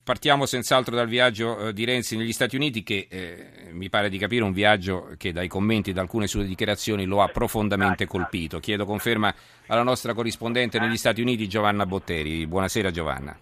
Partiamo senz'altro dal viaggio di Renzi negli Stati Uniti, che mi pare di capire un viaggio che dai commenti e da alcune sue dichiarazioni lo ha profondamente colpito. Chiedo conferma alla nostra corrispondente negli Stati Uniti, Giovanna Botteri. Buonasera Giovanna.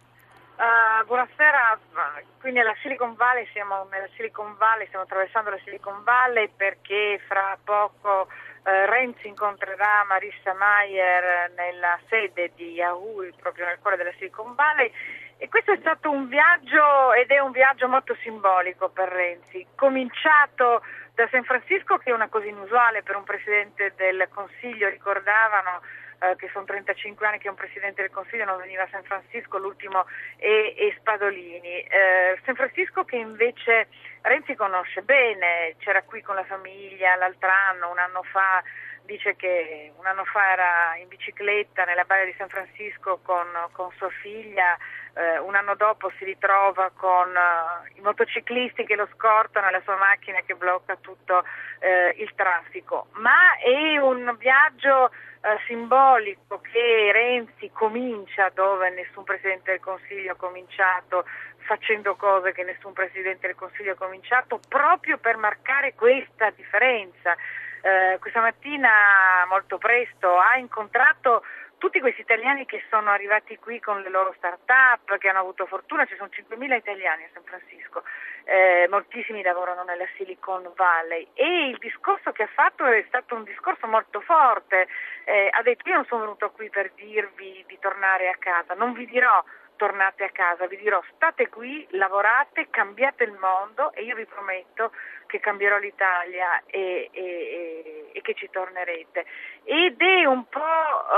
Buonasera, qui nella Silicon Valley, stiamo attraversando la Silicon Valley perché fra poco Renzi incontrerà Marissa Mayer nella sede di Yahoo, proprio nel cuore della Silicon Valley. E questo è stato un viaggio ed è un viaggio molto simbolico per Renzi, cominciato da San Francisco, che è una cosa inusuale per un Presidente del Consiglio. Ricordavano che sono 35 anni che un Presidente del Consiglio non veniva a San Francisco, l'ultimo è Spadolini. San Francisco che invece Renzi conosce bene, c'era qui con la famiglia l'altro anno, un anno fa. Dice che un anno fa era in bicicletta nella baia di San Francisco con sua figlia, un anno dopo si ritrova con i motociclisti che lo scortano e la sua macchina che blocca tutto il traffico. Ma è un viaggio simbolico che Renzi comincia dove nessun Presidente del Consiglio ha cominciato, facendo cose che nessun Presidente del Consiglio ha cominciato, proprio per marcare questa differenza. Questa mattina molto presto ha incontrato tutti questi italiani che sono arrivati qui con le loro start-up, che hanno avuto fortuna. Ci sono 5.000 italiani a San Francisco, moltissimi lavorano nella Silicon Valley, e il discorso che ha fatto è stato un discorso molto forte. Ha detto: io non sono venuto qui per dirvi di tornare a casa, non vi dirò tornate a casa, vi dirò state qui, lavorate, cambiate il mondo e io vi prometto che cambierò l'Italia e che ci tornerete. Ed è un po'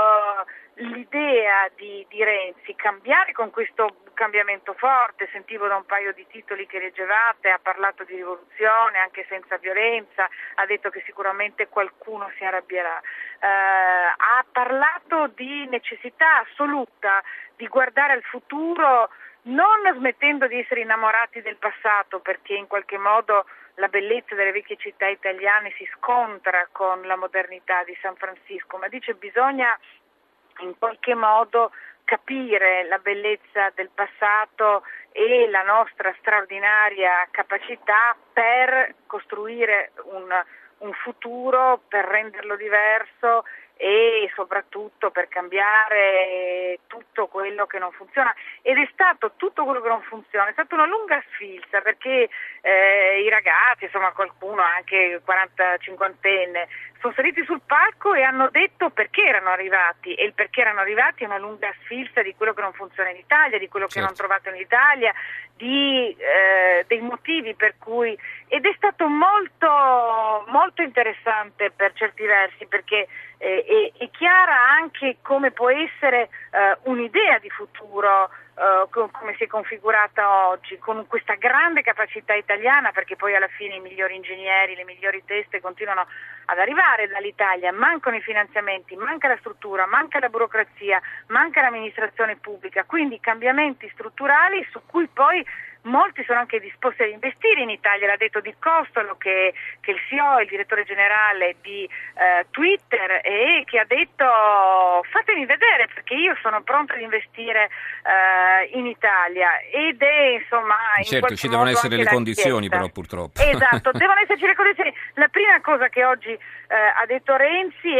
l'idea di Renzi, cambiare con questo cambiamento forte. Sentivo da un paio di titoli che leggevate, ha parlato di rivoluzione anche senza violenza, ha detto che sicuramente qualcuno si arrabbierà, ha parlato di necessità assoluta di guardare al futuro, non smettendo di essere innamorati del passato, perché in qualche modo la bellezza delle vecchie città italiane si scontra con la modernità di San Francisco, ma dice bisogna in qualche modo capire la bellezza del passato e la nostra straordinaria capacità per costruire un futuro, per renderlo diverso e soprattutto per cambiare tutto quello che non funziona. Ed è stato tutto quello che non funziona, è stata una lunga sfilza, perché i ragazzi, insomma qualcuno anche 40-50enne, sono saliti sul palco e hanno detto perché erano arrivati, e il perché erano arrivati è una lunga sfilza di quello che non funziona in Italia, di quello che non hanno trovato in Italia, dei motivi per cui, ed è stato molto, molto interessante per certi versi, perché è chiara anche come può essere un'idea di futuro come si è configurata oggi, con questa grande capacità italiana, perché poi alla fine i migliori ingegneri, le migliori teste continuano ad arrivare dall'Italia, mancano i finanziamenti, manca la struttura, manca la burocrazia, manca l'amministrazione pubblica, quindi cambiamenti strutturali su cui poi molti sono anche disposti ad investire in Italia. L'ha detto Di Costolo, che è il CEO, il direttore generale di Twitter, e che ha detto fatemi vedere perché io sono pronto ad investire in Italia. Ed è insomma certo, ci devono essere le condizioni però purtroppo. Esatto, devono esserci le condizioni. La prima cosa che oggi ha detto Renzi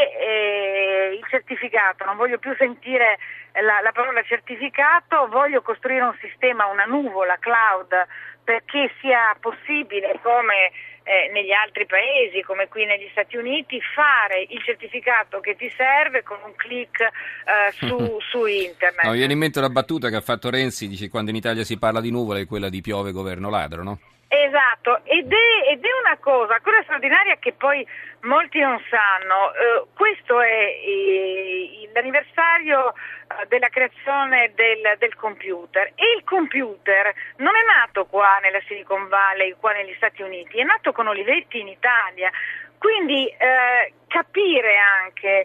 è il certificato. Non voglio più sentire la parola certificato, voglio costruire un sistema, una nuvola cloud, perché sia possibile, come negli altri paesi, come qui negli Stati Uniti, fare il certificato che ti serve con un click su internet. No, mi viene in mente la battuta che ha fatto Renzi, dice: quando in Italia si parla di nuvole è quella di piove governo ladro, no? Esatto, ed è una cosa straordinaria che poi molti non sanno. Questo è l'anniversario della creazione del computer, e il computer non è nato qua nella Silicon Valley, qua negli Stati Uniti, è nato con Olivetti in Italia. Quindi capire anche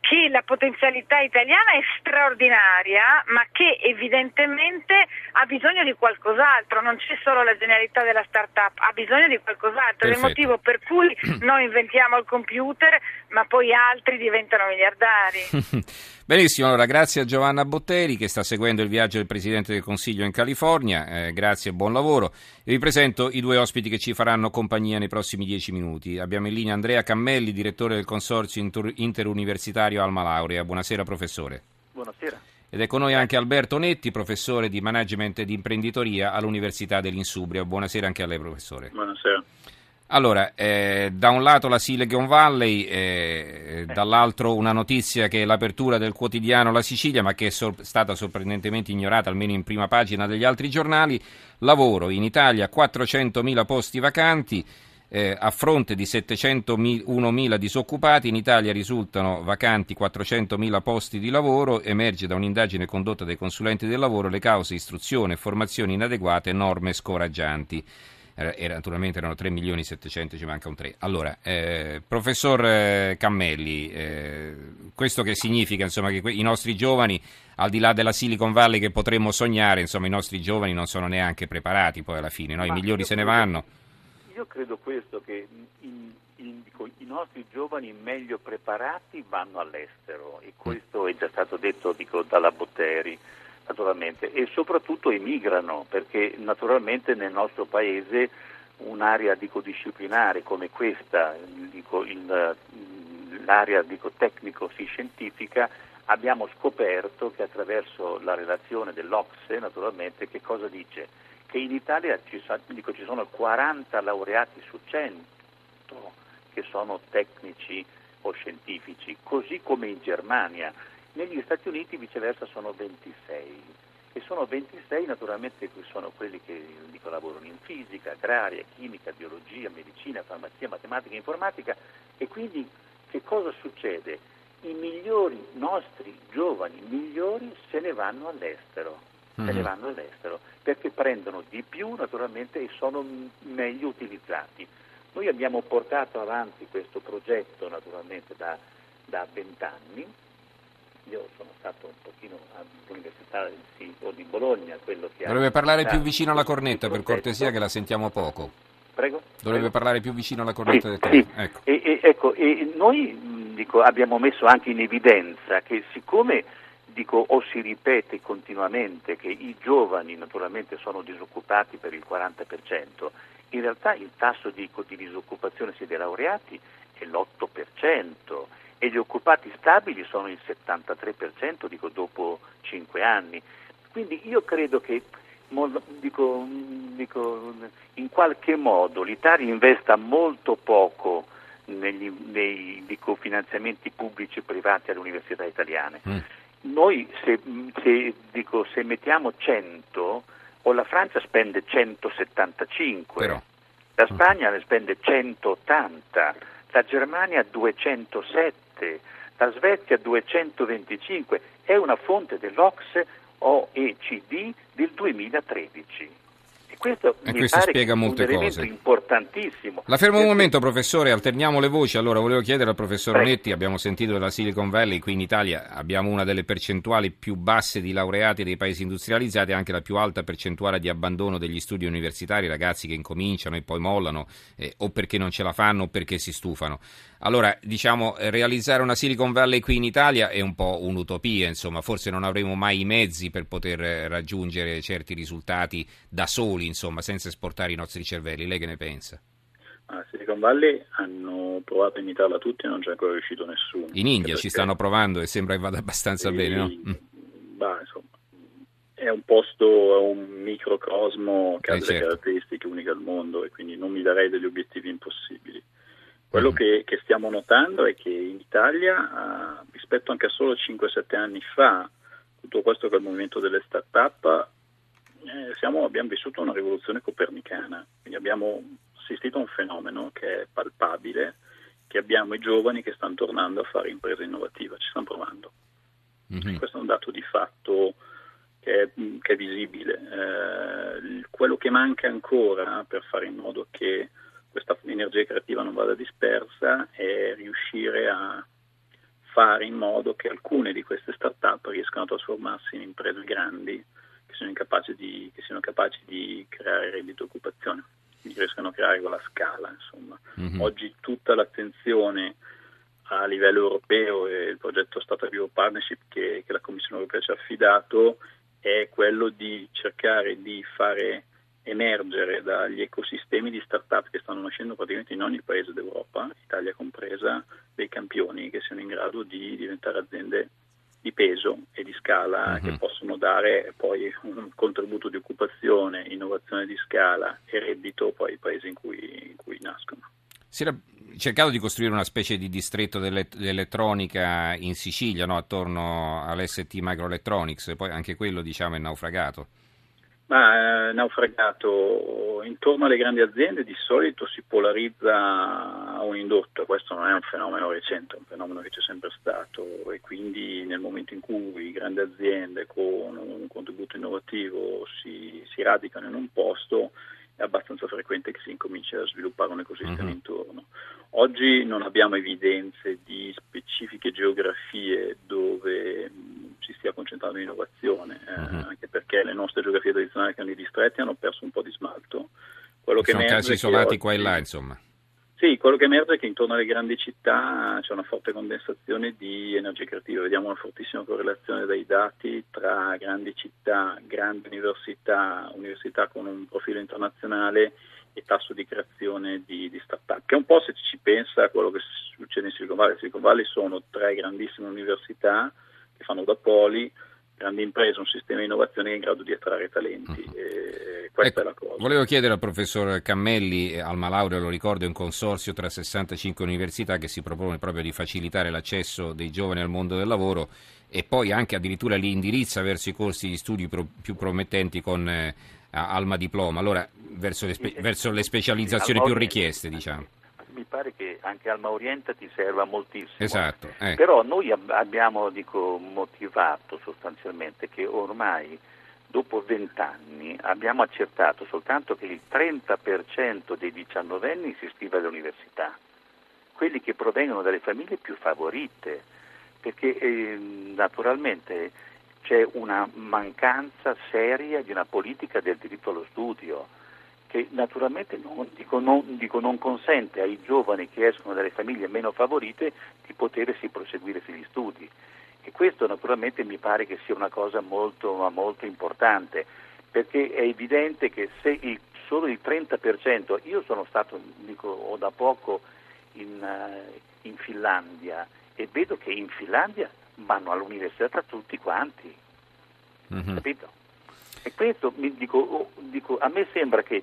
che la potenzialità italiana è straordinaria, ma che evidentemente ha bisogno di qualcos'altro, non c'è solo la genialità della start-up, ha bisogno di qualcos'altro. È il motivo per cui noi inventiamo il computer, ma poi altri diventano miliardari. Benissimo, allora grazie a Giovanna Botteri che sta seguendo il viaggio del Presidente del Consiglio in California, grazie e buon lavoro. E vi presento i due ospiti che ci faranno compagnia nei prossimi 10 minuti. Abbiamo in linea Andrea Cammelli, direttore del Consorzio Interuniversitario Alma Laurea. Buonasera professore. Buonasera. Ed è con noi anche Alberto Netti, professore di Management e di Imprenditoria all'Università dell'Insubria. Buonasera anche a lei professore. Buonasera. Allora, da un lato la Silicon Valley, dall'altro una notizia che è l'apertura del quotidiano La Sicilia, ma che è stata sorprendentemente ignorata, almeno in prima pagina degli altri giornali. Lavoro, in Italia 400.000 posti vacanti, a fronte di 701.000 disoccupati, in Italia risultano vacanti 400.000 posti di lavoro, emerge da un'indagine condotta dai consulenti del lavoro le cause istruzione, formazioni inadeguate, norme scoraggianti. Naturalmente erano 3.700.000, ci manca un 3. Allora, professor Cammelli, questo che significa insomma che i nostri giovani, al di là della Silicon Valley che potremmo sognare, insomma i nostri giovani non sono neanche preparati poi alla fine, no? I migliori se ne vanno. Io credo questo, che i nostri giovani meglio preparati vanno all'estero, e questo è già stato detto dalla Botteri. Naturalmente, e soprattutto emigrano, perché naturalmente nel nostro paese un'area disciplinare come questa, l'area tecnico-scientifica, abbiamo scoperto che attraverso la relazione dell'OCSE, naturalmente, che cosa dice? Che in Italia ci sono 40 laureati su 100 che sono tecnici o scientifici, così come in Germania. Negli Stati Uniti viceversa sono 26, e sono 26 naturalmente sono quelli che lavorano in fisica, agraria, chimica, biologia, medicina, farmacia, matematica, informatica. E quindi che cosa succede? I nostri giovani migliori se ne vanno all'estero, perché prendono di più naturalmente e sono meglio utilizzati. Noi abbiamo portato avanti questo progetto naturalmente da 20 anni. Io sono stato un pochino all'Università di Bologna, quello che dovrebbe parlare più vicino alla cornetta, per cortesia, che la sentiamo poco. Prego? Dovrebbe parlare più vicino alla cornetta del telefono. Ecco. E noi abbiamo messo anche in evidenza che siccome o si ripete continuamente che i giovani naturalmente sono disoccupati per il 40%, in realtà il tasso di disoccupazione sia dei laureati è l'8%. E gli occupati stabili sono il 73%, dopo 5 anni. Quindi io credo che in qualche modo l'Italia investa molto poco nei finanziamenti pubblici e privati alle università italiane. Noi se mettiamo 100, o la Francia spende 175, però. La Spagna ne spende 180, la Germania 207, la Svezia 225, è una fonte dell'OCSE OECD del 2013. E questo mi pare spiega molte un elemento cose importantissimo. La fermo un momento, professore, alterniamo le voci. Allora, volevo chiedere al professor Prego. Netti, abbiamo sentito della Silicon Valley, qui in Italia abbiamo una delle percentuali più basse di laureati dei paesi industrializzati, anche la più alta percentuale di abbandono degli studi universitari, ragazzi che incominciano e poi mollano, o perché non ce la fanno o perché si stufano. Allora, realizzare una Silicon Valley qui in Italia è un po' un'utopia, insomma, forse non avremo mai i mezzi per poter raggiungere certi risultati da soli, insomma, senza esportare i nostri cervelli. Lei che ne pensa? A Silicon Valley hanno provato a imitarla tutti e non c'è ancora riuscito nessuno. In India ci stanno provando e sembra che vada abbastanza bene, no? Insomma, è un posto, è un microcosmo che ha delle caratteristiche uniche al mondo, e quindi non mi darei degli obiettivi impossibili. Quello che stiamo notando è che in Italia, rispetto anche a solo 5-7 anni fa, tutto questo che è il movimento delle start-up, abbiamo vissuto una rivoluzione copernicana, quindi abbiamo assistito a un fenomeno che è palpabile, che abbiamo i giovani che stanno tornando a fare impresa innovativa, ci stanno provando. Questo è un dato di fatto che è visibile. Quello che manca ancora per fare in modo che questa energia creativa non vada dispersa è riuscire a fare in modo che alcune di queste start-up riescano a trasformarsi in imprese grandi che siano capaci di creare reddito e occupazione, che riescano a creare quella scala, insomma. Oggi tutta l'attenzione a livello europeo e il progetto Startup Europe Partnership che la Commissione europea ci ha affidato è quello di cercare di fare emergere dagli ecosistemi di start-up che stanno nascendo praticamente in ogni paese d'Europa, Italia compresa, dei campioni che siano in grado di diventare aziende di peso e di scala che possono dare poi un contributo di occupazione, innovazione di scala e reddito poi ai paesi in cui nascono. Si era cercato di costruire una specie di distretto dell'elettronica in Sicilia, no? Attorno all'ST Microelectronics, poi anche quello è naufragato. Ma naufragato intorno alle grandi aziende di solito si polarizza un indotto, questo non è un fenomeno recente, è un fenomeno che c'è sempre stato e quindi nel momento in cui grandi aziende con un contributo innovativo si radicano in un posto è abbastanza frequente che si incominci a sviluppare un ecosistema intorno. Oggi non abbiamo evidenze di specifiche geografie dove si stia concentrando l'innovazione, anche perché le nostre geografie tradizionali che hanno i distretti hanno perso un po' di smalto. Quello che sono casi isolati qua e là, insomma. Sì, quello che emerge è che intorno alle grandi città c'è una forte condensazione di energie creative. Vediamo una fortissima correlazione dai dati tra grandi città, grandi università con un profilo internazionale e tasso di creazione di start-up, che un po' se ci pensa a quello che succede in Silicon Valley. Silicon Valley sono 3 grandissime università che fanno da poli, grandi imprese, un sistema di innovazione che è in grado di attrarre talenti. Questa è la cosa. Volevo chiedere al professor Cammelli, Alma Laurea, lo ricordo, è un consorzio tra 65 università che si propone proprio di facilitare l'accesso dei giovani al mondo del lavoro e poi anche addirittura li indirizza verso i corsi di studi più promettenti con Alma Diploma, allora verso le specializzazioni più richieste, diciamo. Mi pare che anche Alma Orientati serva moltissimo. Esatto. Però noi abbiamo motivato sostanzialmente che ormai dopo 20 anni abbiamo accertato soltanto che il 30% dei 19enni si iscrive all'università, quelli che provengono dalle famiglie più favorite, perché naturalmente c'è una mancanza seria di una politica del diritto allo studio che naturalmente non consente ai giovani che escono dalle famiglie meno favorite di potersi proseguire sugli studi. E questo naturalmente mi pare che sia una cosa molto, ma molto importante, perché è evidente che se solo il 30%, io sono stato da poco in Finlandia e vedo che in Finlandia vanno all'università tutti quanti, capito? E questo a me sembra che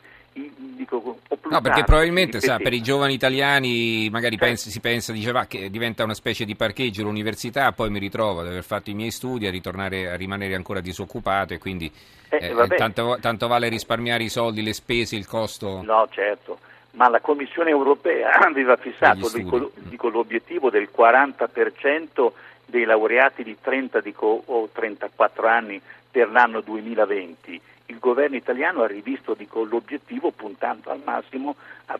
no, perché probabilmente per i giovani italiani magari si pensa che diventa una specie di parcheggio l'università, poi mi ritrovo ad aver fatto i miei studi a rimanere ancora disoccupato e quindi tanto vale risparmiare i soldi, le spese, il costo. No, certo, ma la Commissione europea aveva fissato l'obiettivo del 40% dei laureati di 30 o 34 anni per l'anno 2020. Il governo italiano ha rivisto l'obiettivo puntando al massimo a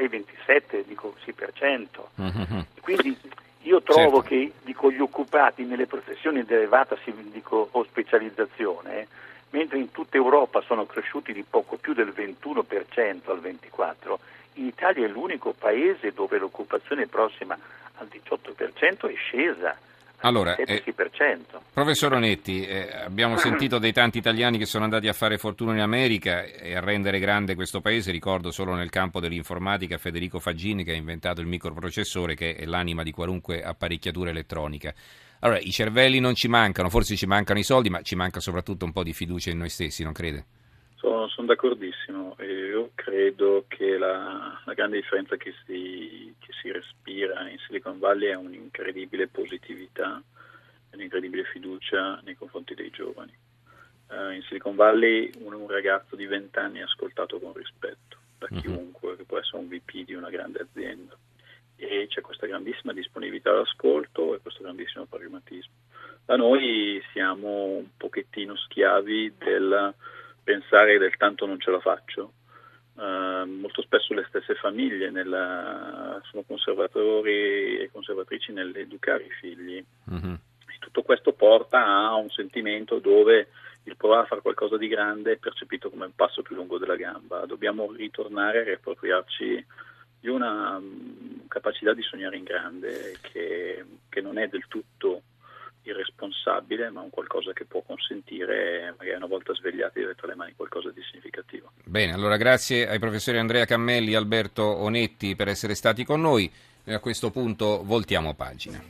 26-27%. Quindi io trovo che gli occupati nelle professioni di elevata o specializzazione, mentre in tutta Europa sono cresciuti di poco più del 21% al 24%, in Italia è l'unico paese dove l'occupazione prossima al 18% è scesa. Allora, 16%. Professor Onetti, abbiamo sentito dei tanti italiani che sono andati a fare fortuna in America e a rendere grande questo paese. Ricordo solo nel campo dell'informatica Federico Faggini che ha inventato il microprocessore che è l'anima di qualunque apparecchiatura elettronica. Allora, i cervelli non ci mancano, forse ci mancano i soldi, ma ci manca soprattutto un po' di fiducia in noi stessi, non crede? Sono d'accordissimo. Io credo che la grande differenza che si respira in Silicon Valley è un'incredibile positività, un'incredibile fiducia nei confronti dei giovani. In Silicon Valley un ragazzo di 20 anni è ascoltato con rispetto da chiunque, che può essere un VP di una grande azienda. E c'è questa grandissima disponibilità all'ascolto e questo grandissimo pragmatismo. Da noi siamo un pochettino schiavi del pensare del tanto non ce la faccio, molto spesso le stesse famiglie sono conservatori e conservatrici nell'educare i figli. Mm-hmm. E tutto questo porta a un sentimento dove il provare a fare qualcosa di grande è percepito come un passo più lungo della gamba. Dobbiamo ritornare a riappropriarci di una capacità di sognare in grande che non è del tutto irresponsabile, ma un qualcosa che può consentire, magari una volta svegliati, di avere tra le mani qualcosa di significativo. Bene, allora grazie ai professori Andrea Cammelli e Alberto Onetti per essere stati con noi. A questo punto voltiamo pagina.